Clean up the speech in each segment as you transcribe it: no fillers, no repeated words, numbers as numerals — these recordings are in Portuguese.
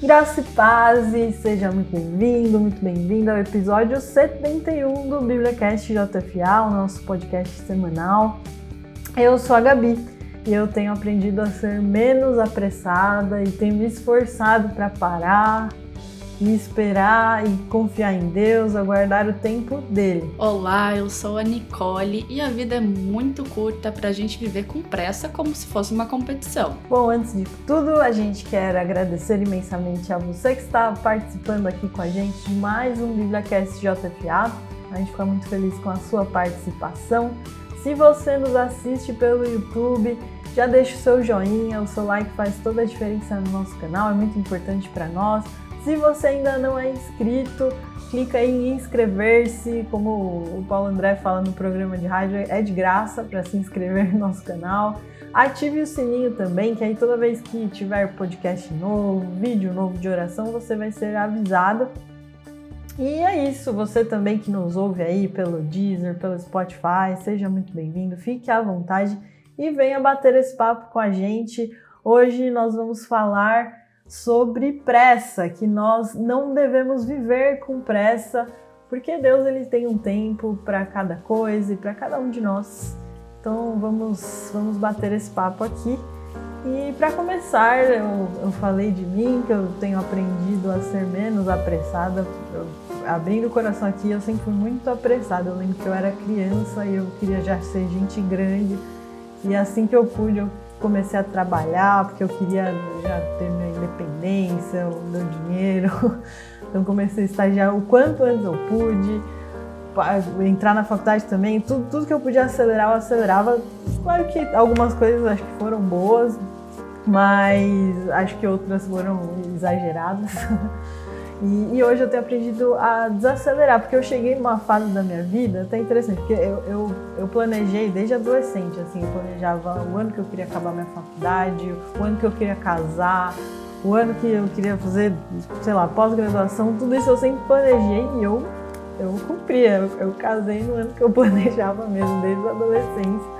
Graça e paz, e seja muito bem-vindo, muito bem-vinda ao episódio 71 do BíbliaCast JFA, o nosso podcast semanal. Eu sou a Gabi e eu tenho aprendido a ser menos apressada e tenho me esforçado para parar e esperar e confiar em Deus, aguardar o tempo dele. Olá, eu sou a Nicole e a vida é muito curta pra gente viver com pressa como se fosse uma competição. Bom, antes de tudo, a gente quer agradecer imensamente a você que está participando aqui com a gente de mais um BíbliaCast JFA. A gente fica muito feliz com a sua participação. Se você nos assiste pelo YouTube, já deixa o seu joinha, o seu like faz toda a diferença no nosso canal, é muito importante para nós. Se você ainda não é inscrito, clica aí em inscrever-se, como o Paulo André fala no programa de rádio, é de graça para se inscrever no nosso canal. Ative o sininho também, que aí toda vez que tiver podcast novo, vídeo novo de oração, você vai ser avisado. E é isso, você também que nos ouve aí pelo Deezer, pelo Spotify, seja muito bem-vindo, fique à vontade e venha bater esse papo com a gente. Hoje nós vamos falar sobre pressa, que nós não devemos viver com pressa, porque Deus ele tem um tempo para cada coisa e para cada um de nós. Então vamos bater esse papo aqui. E para começar, eu falei de mim, que eu tenho aprendido a ser menos apressada. Abrindo o coração aqui, eu sempre fui muito apressada. Eu lembro que eu era criança e eu queria já ser gente grande. E assim que eu pude, eu comecei a trabalhar, porque eu queria já ter minha independência, o meu dinheiro. Então comecei a estagiar o quanto antes eu pude, entrar na faculdade também, tudo que eu podia acelerar, eu acelerava. Claro que algumas coisas acho que foram boas, mas acho que outras foram exageradas. E hoje eu tenho aprendido a desacelerar, porque eu cheguei numa fase da minha vida, até interessante, porque eu planejei desde adolescente, assim, eu planejava o ano que eu queria acabar minha faculdade, o ano que eu queria casar, o ano que eu queria fazer, sei lá, pós-graduação, tudo isso eu sempre planejei e eu cumpria, eu casei no ano que eu planejava mesmo, desde a adolescência.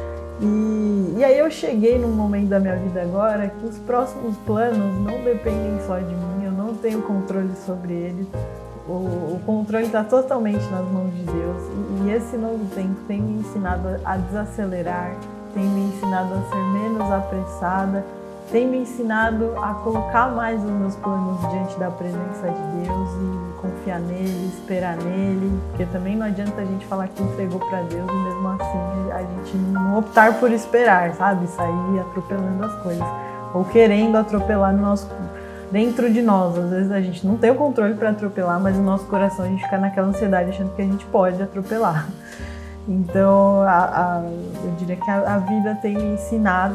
E aí eu cheguei num momento da minha vida agora que os próximos planos não dependem só de mim, eu não tenho controle sobre eles, o controle está totalmente nas mãos de Deus. E esse novo tempo tem me ensinado a desacelerar, tem me ensinado a ser menos apressada, tem me ensinado a colocar mais os meus planos diante da presença de Deus e confiar nele, esperar nele, porque também não adianta a gente falar que entregou para Deus e mesmo assim a gente não optar por esperar, sabe? Sair atropelando as coisas ou querendo atropelar dentro de nós. Às vezes a gente não tem o controle para atropelar, mas no nosso coração a gente fica naquela ansiedade achando que a gente pode atropelar. Então eu diria que a vida tem me ensinado.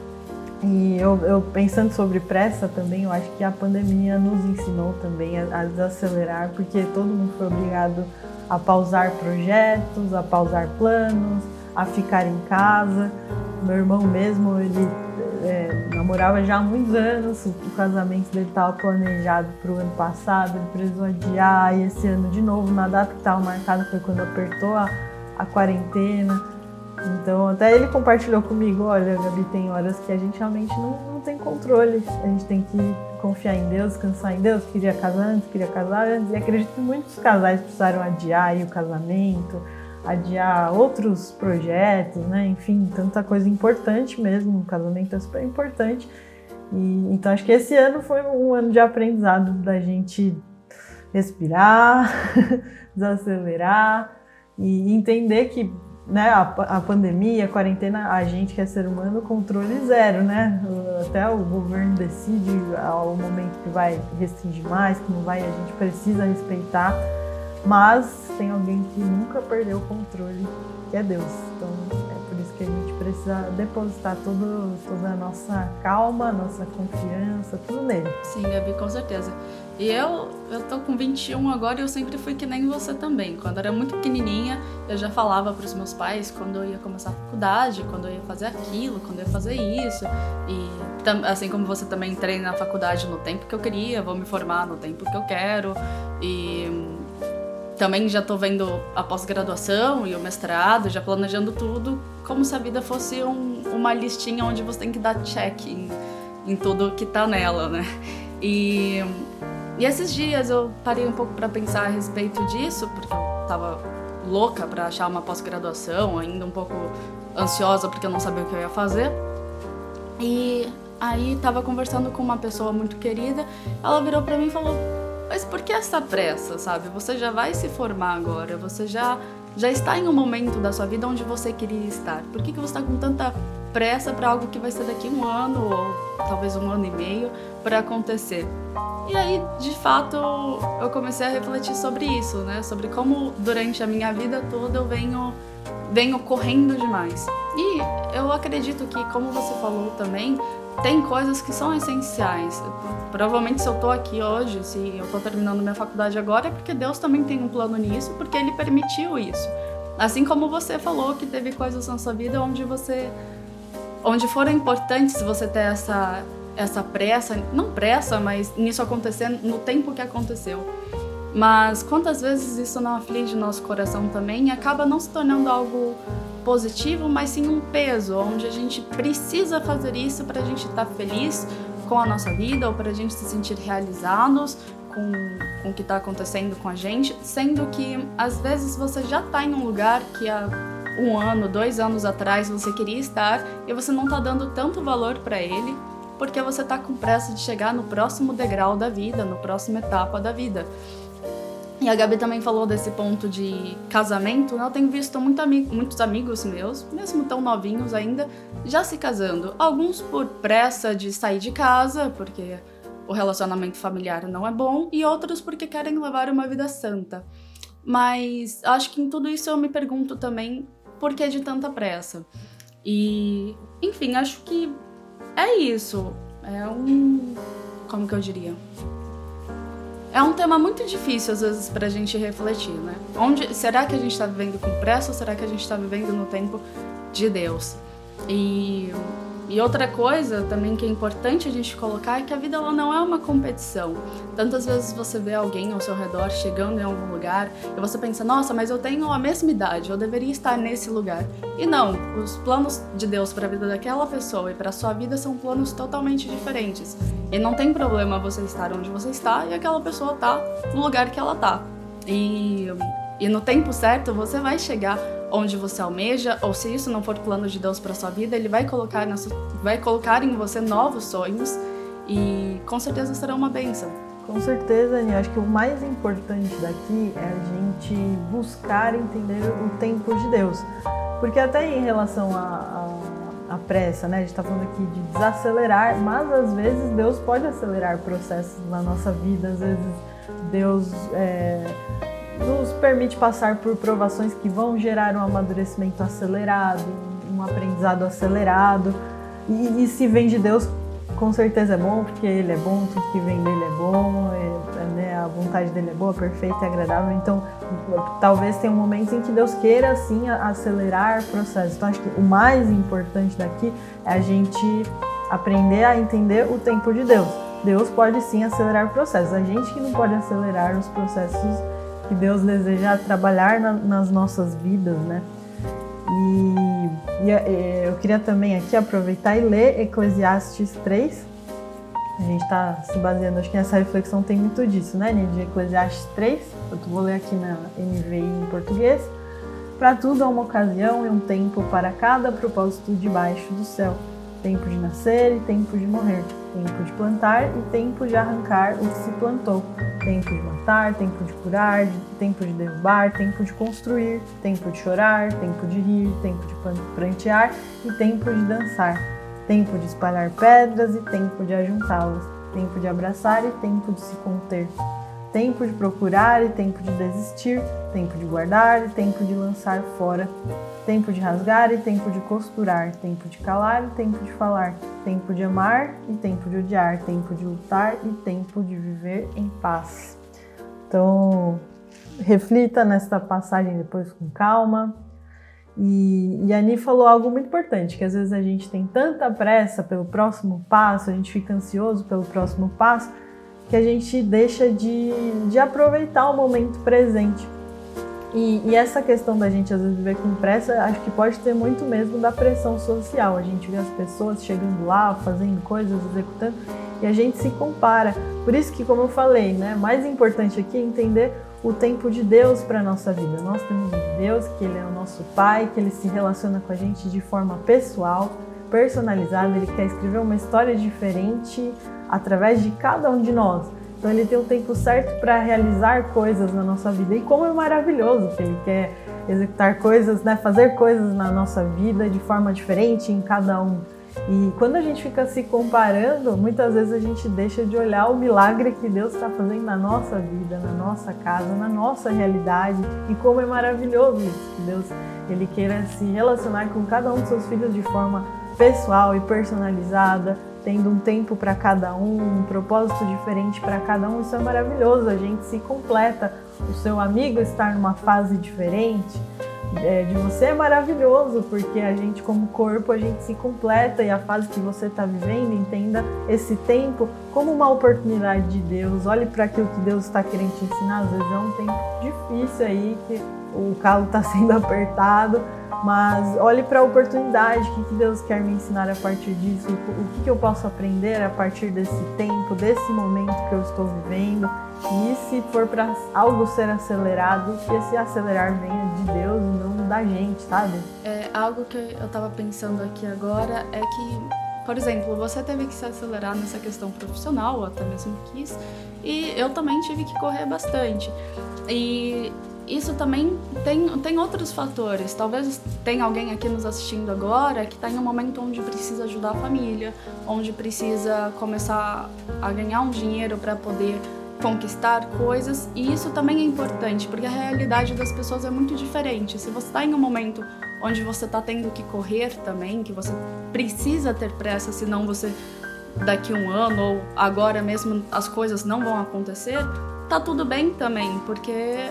E eu pensando sobre pressa também, eu acho que a pandemia nos ensinou também a desacelerar, porque todo mundo foi obrigado a pausar projetos, a pausar planos, a ficar em casa. Meu irmão mesmo, ele namorava já há muitos anos, o casamento dele estava planejado para o ano passado, ele precisou adiar, e esse ano de novo, na data que estava marcada foi quando apertou a quarentena. Então, até ele compartilhou comigo, olha, Gabi, tem horas que a gente realmente não tem controle. A gente tem que confiar em Deus, descansar em Deus. Queria casar antes. E acredito que muitos casais precisaram adiar aí o casamento, adiar outros projetos, né? Enfim, tanta coisa importante mesmo. O casamento é super importante. Então, acho que esse ano foi um ano de aprendizado da gente respirar, desacelerar e entender que, né, a pandemia, a quarentena, a gente que é ser humano, controle zero, né? Até o governo decide ao momento que vai restringir mais, que não vai, a gente precisa respeitar, mas tem alguém que nunca perdeu o controle, que é Deus. Então é por isso que a gente precisa depositar toda a nossa calma, nossa confiança, tudo nele. Sim, Gabi, com certeza. E eu tô com 21 agora e eu sempre fui que nem você também. Quando eu era muito pequenininha, eu já falava pros meus pais quando eu ia começar a faculdade, quando eu ia fazer aquilo, quando eu ia fazer isso. E assim como você também, entrei na faculdade no tempo que eu queria, vou me formar no tempo que eu quero. E também já tô vendo a pós-graduação e o mestrado, já planejando tudo, como se a vida fosse uma listinha onde você tem que dar check em tudo que tá nela, né? E esses dias eu parei um pouco para pensar a respeito disso, porque eu tava louca para achar uma pós-graduação, ainda um pouco ansiosa porque eu não sabia o que eu ia fazer. E aí tava conversando com uma pessoa muito querida, ela virou para mim e falou: mas por que essa pressa, sabe? Você já vai se formar agora, você já está em um momento da sua vida onde você queria estar. Por que você está com tanta pressa para algo que vai ser daqui 1 ano ou talvez 1 ano e meio para acontecer? E aí, de fato, eu comecei a refletir sobre isso, né? Sobre como durante a minha vida toda eu venho correndo demais. E eu acredito que, como você falou também, tem coisas que são essenciais. Provavelmente se eu tô aqui hoje, se eu tô terminando minha faculdade agora, é porque Deus também tem um plano nisso, porque Ele permitiu isso. Assim como você falou que teve coisas na sua vida onde foram importantes você ter essa pressa, não pressa, mas nisso acontecer no tempo que aconteceu. Mas quantas vezes isso não aflige nosso coração também e acaba não se tornando algo positivo, mas sim um peso, onde a gente precisa fazer isso para a gente estar feliz com a nossa vida ou para a gente se sentir realizados com o que está acontecendo com a gente, sendo que às vezes você já está em um lugar que há 1 ano, 2 anos atrás você queria estar e você não está dando tanto valor para ele porque você está com pressa de chegar no próximo degrau da vida, na próxima etapa da vida. E a Gabi também falou desse ponto de casamento, né? Eu tenho visto muitos amigos meus, mesmo tão novinhos ainda, já se casando. Alguns por pressa de sair de casa, porque o relacionamento familiar não é bom, e outros porque querem levar uma vida santa. Mas acho que em tudo isso eu me pergunto também por que de tanta pressa. E, enfim, acho que é isso. Como que eu diria? É um tema muito difícil, às vezes, pra gente refletir, né? Será que a gente tá vivendo com pressa ou será que a gente tá vivendo no tempo de Deus? E outra coisa também que é importante a gente colocar é que a vida ela não é uma competição. Tantas vezes você vê alguém ao seu redor chegando em algum lugar e você pensa, nossa, mas eu tenho a mesma idade, eu deveria estar nesse lugar. E não, os planos de Deus para a vida daquela pessoa e para a sua vida são planos totalmente diferentes. E não tem problema você estar onde você está e aquela pessoa tá no lugar que ela tá. E no tempo certo você vai chegar onde você almeja, ou se isso não for plano de Deus para sua vida, Ele vai colocar em você novos sonhos e com certeza será uma bênção. Com certeza, Ani. Acho que o mais importante daqui é a gente buscar entender o tempo de Deus. Porque até em relação à pressa, né? A gente está falando aqui de desacelerar, mas às vezes Deus pode acelerar processos na nossa vida, às vezes Deus nos permite passar por provações que vão gerar um amadurecimento acelerado, um aprendizado acelerado. E se vem de Deus, com certeza é bom, porque Ele é bom, tudo que vem dele é bom, né? A vontade dele é boa, perfeita e agradável. Então, talvez tenha momentos em que Deus queira, assim, acelerar processos. Então, acho que o mais importante daqui é a gente aprender a entender o tempo de Deus. Deus pode, sim, acelerar processos. A gente que não pode acelerar os processos que Deus deseja trabalhar nas nossas vidas, né? E eu queria também aqui aproveitar e ler Eclesiastes 3. A gente está se baseando, acho que nessa reflexão tem muito disso, né? De Eclesiastes 3, eu vou ler aqui na NVI em português. Para tudo há uma ocasião e um tempo para cada propósito debaixo do céu. Tempo de nascer e tempo de morrer. Tempo de plantar e tempo de arrancar o que se plantou. Tempo de matar, tempo de curar, tempo de derrubar, tempo de construir, tempo de chorar, tempo de rir, tempo de prantear e tempo de dançar. Tempo de espalhar pedras e tempo de ajuntá-las. Tempo de abraçar e tempo de se conter. Tempo de procurar e tempo de desistir. Tempo de guardar e tempo de lançar fora. Tempo de rasgar e tempo de costurar, tempo de calar e tempo de falar, tempo de amar e tempo de odiar, tempo de lutar e tempo de viver em paz. Então, reflita nesta passagem depois com calma. E a Ani falou algo muito importante, que às vezes a gente tem tanta pressa pelo próximo passo, a gente fica ansioso pelo próximo passo, que a gente deixa de aproveitar o momento presente. E essa questão da gente às vezes viver com pressa, acho que pode ter muito mesmo da pressão social. A gente vê as pessoas chegando lá, fazendo coisas, executando, e a gente se compara. Por isso que, como eu falei, né, mais importante aqui é entender o tempo de Deus para a nossa vida. Nós temos um Deus que Ele é o nosso Pai, que Ele se relaciona com a gente de forma pessoal, personalizada. Ele quer escrever uma história diferente através de cada um de nós. Então Ele tem o tempo certo para realizar coisas na nossa vida. E como é maravilhoso que Ele quer executar coisas, né, fazer coisas na nossa vida de forma diferente em cada um. E quando a gente fica se comparando, muitas vezes a gente deixa de olhar o milagre que Deus está fazendo na nossa vida, na nossa casa, na nossa realidade. E como é maravilhoso isso, que Deus Ele queira se relacionar com cada um dos seus filhos de forma pessoal e personalizada, tendo um tempo para cada um propósito diferente para cada um. Isso é maravilhoso, a gente se completa. O seu amigo estar numa fase diferente de você é maravilhoso, porque a gente como corpo, a gente se completa, e a fase que você está vivendo, entenda esse tempo como uma oportunidade de Deus. Olhe para aquilo que Deus está querendo te ensinar. Às vezes é um tempo difícil aí, que o calo está sendo apertado, mas olhe para a oportunidade, o que Deus quer me ensinar a partir disso, o que eu posso aprender a partir desse tempo, desse momento que eu estou vivendo. E se for para algo ser acelerado, que esse acelerar venha de Deus e não da gente, sabe? Algo que eu tava pensando aqui agora é que, por exemplo, você teve que se acelerar nessa questão profissional, ou até mesmo quis, e eu também tive que correr bastante. E isso também tem outros fatores. Talvez tenha alguém aqui nos assistindo agora que está em um momento onde precisa ajudar a família, onde precisa começar a ganhar um dinheiro para poder conquistar coisas, e isso também é importante, porque a realidade das pessoas é muito diferente. Se você está em um momento onde você está tendo que correr também, que você precisa ter pressa, senão você daqui a um ano ou agora mesmo as coisas não vão acontecer, tá tudo bem também, porque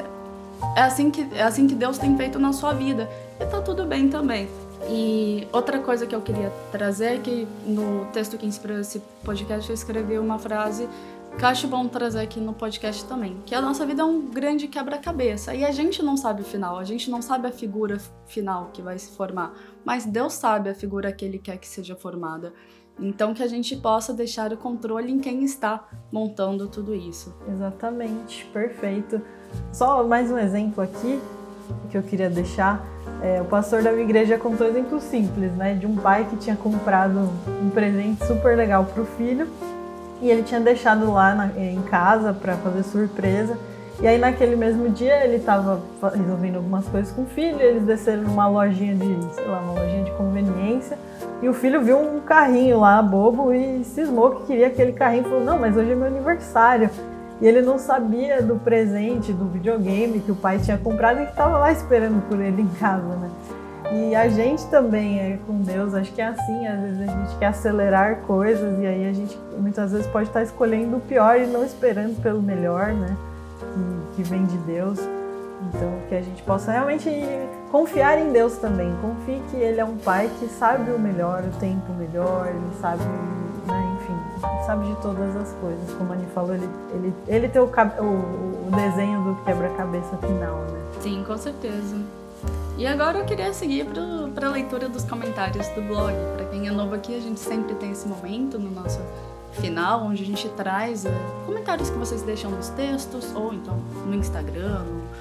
é assim que Deus tem feito na sua vida, e tá tudo bem também. E outra coisa que eu queria trazer é que no texto que inspirou esse podcast eu escrevi uma frase que eu acho bom trazer aqui no podcast também, que a nossa vida é um grande quebra-cabeça, e a gente não sabe o final, a gente não sabe a figura final que vai se formar, mas Deus sabe a figura que Ele quer que seja formada. Então que a gente possa deixar o controle em quem está montando tudo isso. Exatamente, perfeito. Só mais um exemplo aqui que eu queria deixar. O pastor da minha igreja contou um exemplo simples, né, de um pai que tinha comprado um presente super legal para o filho, e ele tinha deixado lá em casa para fazer surpresa. E aí naquele mesmo dia ele estava resolvendo algumas coisas com o filho, eles desceram numa lojinha uma lojinha de conveniência, e o filho viu um carrinho lá bobo e cismou que queria aquele carrinho, falou: não, mas hoje é meu aniversário. E ele não sabia do presente, do videogame que o pai tinha comprado e que estava lá esperando por ele em casa, né? E a gente também com Deus, acho que é assim, às vezes a gente quer acelerar coisas, e aí a gente muitas vezes pode estar escolhendo o pior e não esperando pelo melhor, né? Que vem de Deus. Então que a gente possa realmente confiar em Deus também. Confie que Ele é um pai que sabe o melhor, o tempo melhor, Ele sabe, né? Enfim, sabe de todas as coisas. Como a Ani falou, ele tem o desenho do quebra-cabeça final, né? Sim, com certeza. E agora eu queria seguir para a leitura dos comentários do blog. Para quem é novo aqui, a gente sempre tem esse momento no nosso final, onde a gente traz comentários que vocês deixam nos textos, ou então no Instagram,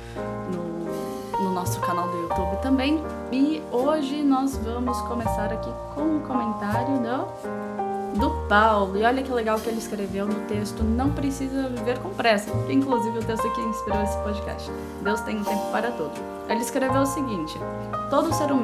no nosso canal do YouTube também. E hoje nós vamos começar aqui com um comentário do Paulo. E olha que legal que ele escreveu no texto: não precisa viver com pressa, que inclusive o texto que inspirou esse podcast. Deus tem um tempo para tudo. Ele escreveu o seguinte: todo ser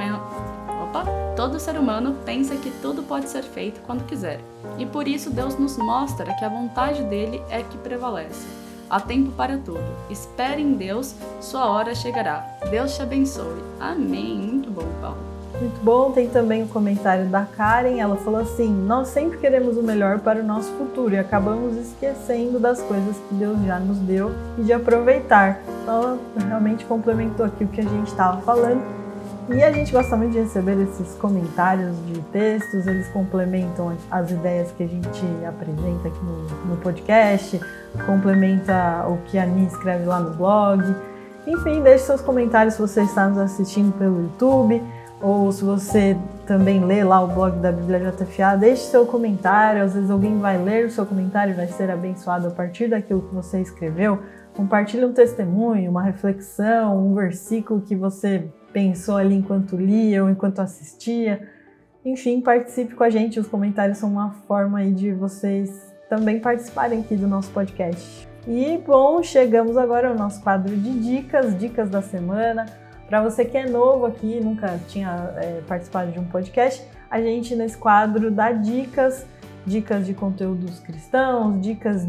humano pensa que tudo pode ser feito quando quiser, e por isso Deus nos mostra que a vontade dele é que prevalece. Há tempo para tudo. Espere em Deus, sua hora chegará. Deus te abençoe. Amém. Muito bom, Paulo. Muito bom. Tem também o comentário da Karen. Ela falou assim: nós sempre queremos o melhor para o nosso futuro e acabamos esquecendo das coisas que Deus já nos deu e de aproveitar. Então ela realmente complementou aqui o que a gente estava falando. E a gente gosta muito de receber esses comentários de textos, eles complementam as ideias que a gente apresenta aqui no podcast, complementa o que a Ani escreve lá no blog. Enfim, deixe seus comentários se você está nos assistindo pelo YouTube, ou se você também ler lá o blog da Bíblia JFA, deixe seu comentário, às vezes alguém vai ler o seu comentário e vai ser abençoado a partir daquilo que você escreveu. Compartilhe um testemunho, uma reflexão, um versículo que você pensou ali enquanto lia ou enquanto assistia. Enfim, participe com a gente, os comentários são uma forma aí de vocês também participarem aqui do nosso podcast. E bom, chegamos agora ao nosso quadro de dicas da semana. Para você que é novo aqui, nunca tinha participado de um podcast, a gente nesse quadro dá dicas de conteúdos cristãos, dicas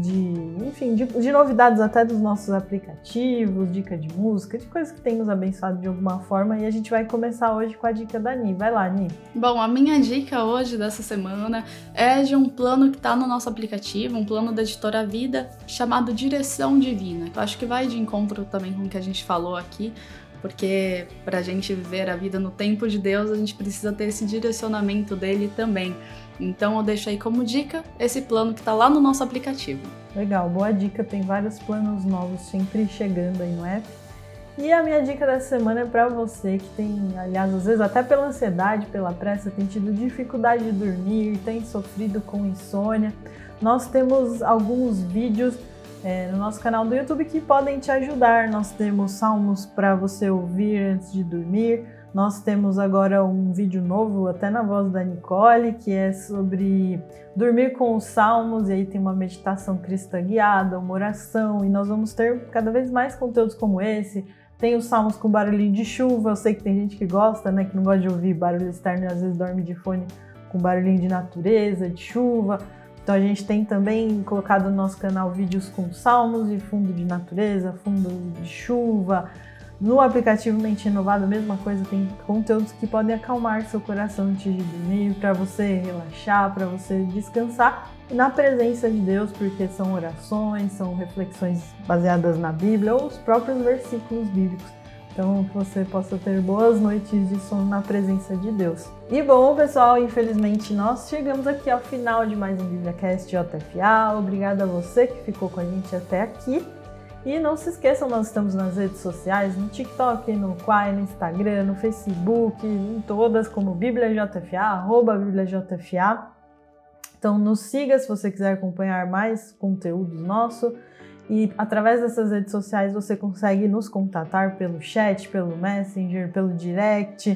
de novidades até dos nossos aplicativos, dica de música, de coisas que tem nos abençoado de alguma forma. E a gente vai começar hoje com a dica da Ni. Vai lá, Ni. Bom, a minha dica hoje dessa semana é de um plano que está no nosso aplicativo, um plano da Editora Vida, chamado Direção Divina. Eu acho que vai de encontro também com o que a gente falou aqui, porque para a gente viver a vida no tempo de Deus, a gente precisa ter esse direcionamento dele também. Então eu deixo aí como dica esse plano que está lá no nosso aplicativo. Legal, boa dica, tem vários planos novos sempre chegando aí no app. E a minha dica dessa semana é para você que tem, aliás, às vezes até pela ansiedade, pela pressa, tem tido dificuldade de dormir, tem sofrido com insônia. Nós temos alguns vídeos no nosso canal do YouTube que podem te ajudar. Nós temos salmos para você ouvir antes de dormir. Nós temos agora um vídeo novo, até na voz da Nicole, que é sobre dormir com os salmos, e aí tem uma meditação cristã guiada, uma oração, e nós vamos ter cada vez mais conteúdos como esse. Tem os salmos com barulhinho de chuva, eu sei que tem gente que gosta, né, que não gosta de ouvir barulho externo e às vezes dorme de fone com barulhinho de natureza, de chuva. Então a gente tem também colocado no nosso canal vídeos com salmos de fundo de natureza, fundo de chuva. No aplicativo Mente Renovada, a mesma coisa, tem conteúdos que podem acalmar seu coração antes de dormir, para você relaxar, para você descansar na presença de Deus, porque são orações, são reflexões baseadas na Bíblia ou os próprios versículos bíblicos. Então, que você possa ter boas noites de sono na presença de Deus. E bom, pessoal, infelizmente nós chegamos aqui ao final de mais um BíbliaCast JFA. Obrigada a você que ficou com a gente até aqui. E não se esqueçam, nós estamos nas redes sociais, no TikTok, no Quai, no Instagram, no Facebook, em todas como BíbliaJFA, @BíbliaJFA. Então nos siga se você quiser acompanhar mais conteúdos nossos. E através dessas redes sociais você consegue nos contatar pelo chat, pelo Messenger, pelo direct.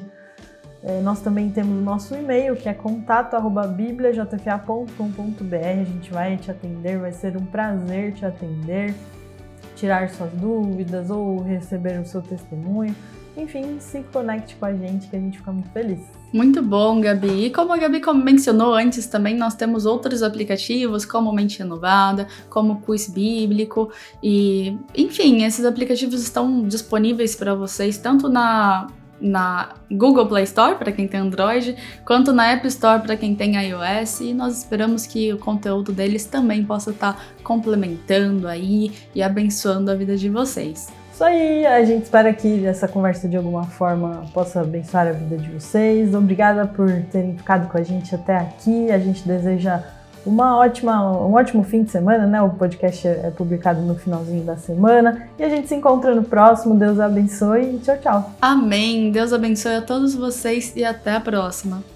Nós também temos o nosso e-mail, que é contato@bibliajfa.com.br. A gente vai te atender, vai ser um prazer te atender, tirar suas dúvidas ou receber o seu testemunho. Enfim, se conecte com a gente que a gente fica muito feliz. Muito bom, Gabi. E como a Gabi mencionou antes também, nós temos outros aplicativos como Mente Renovada, como Quiz Bíblico e, enfim, esses aplicativos estão disponíveis para vocês tanto na Google Play Store, para quem tem Android, quanto na App Store, para quem tem iOS, e nós esperamos que o conteúdo deles também possa estar complementando aí e abençoando a vida de vocês. Isso aí, a gente espera que essa conversa de alguma forma possa abençoar a vida de vocês. Obrigada por terem ficado com a gente até aqui. A gente deseja um ótimo fim de semana, né? O podcast é publicado no finalzinho da semana. E a gente se encontra no próximo. Deus abençoe e tchau, tchau. Amém. Deus abençoe a todos vocês e até a próxima.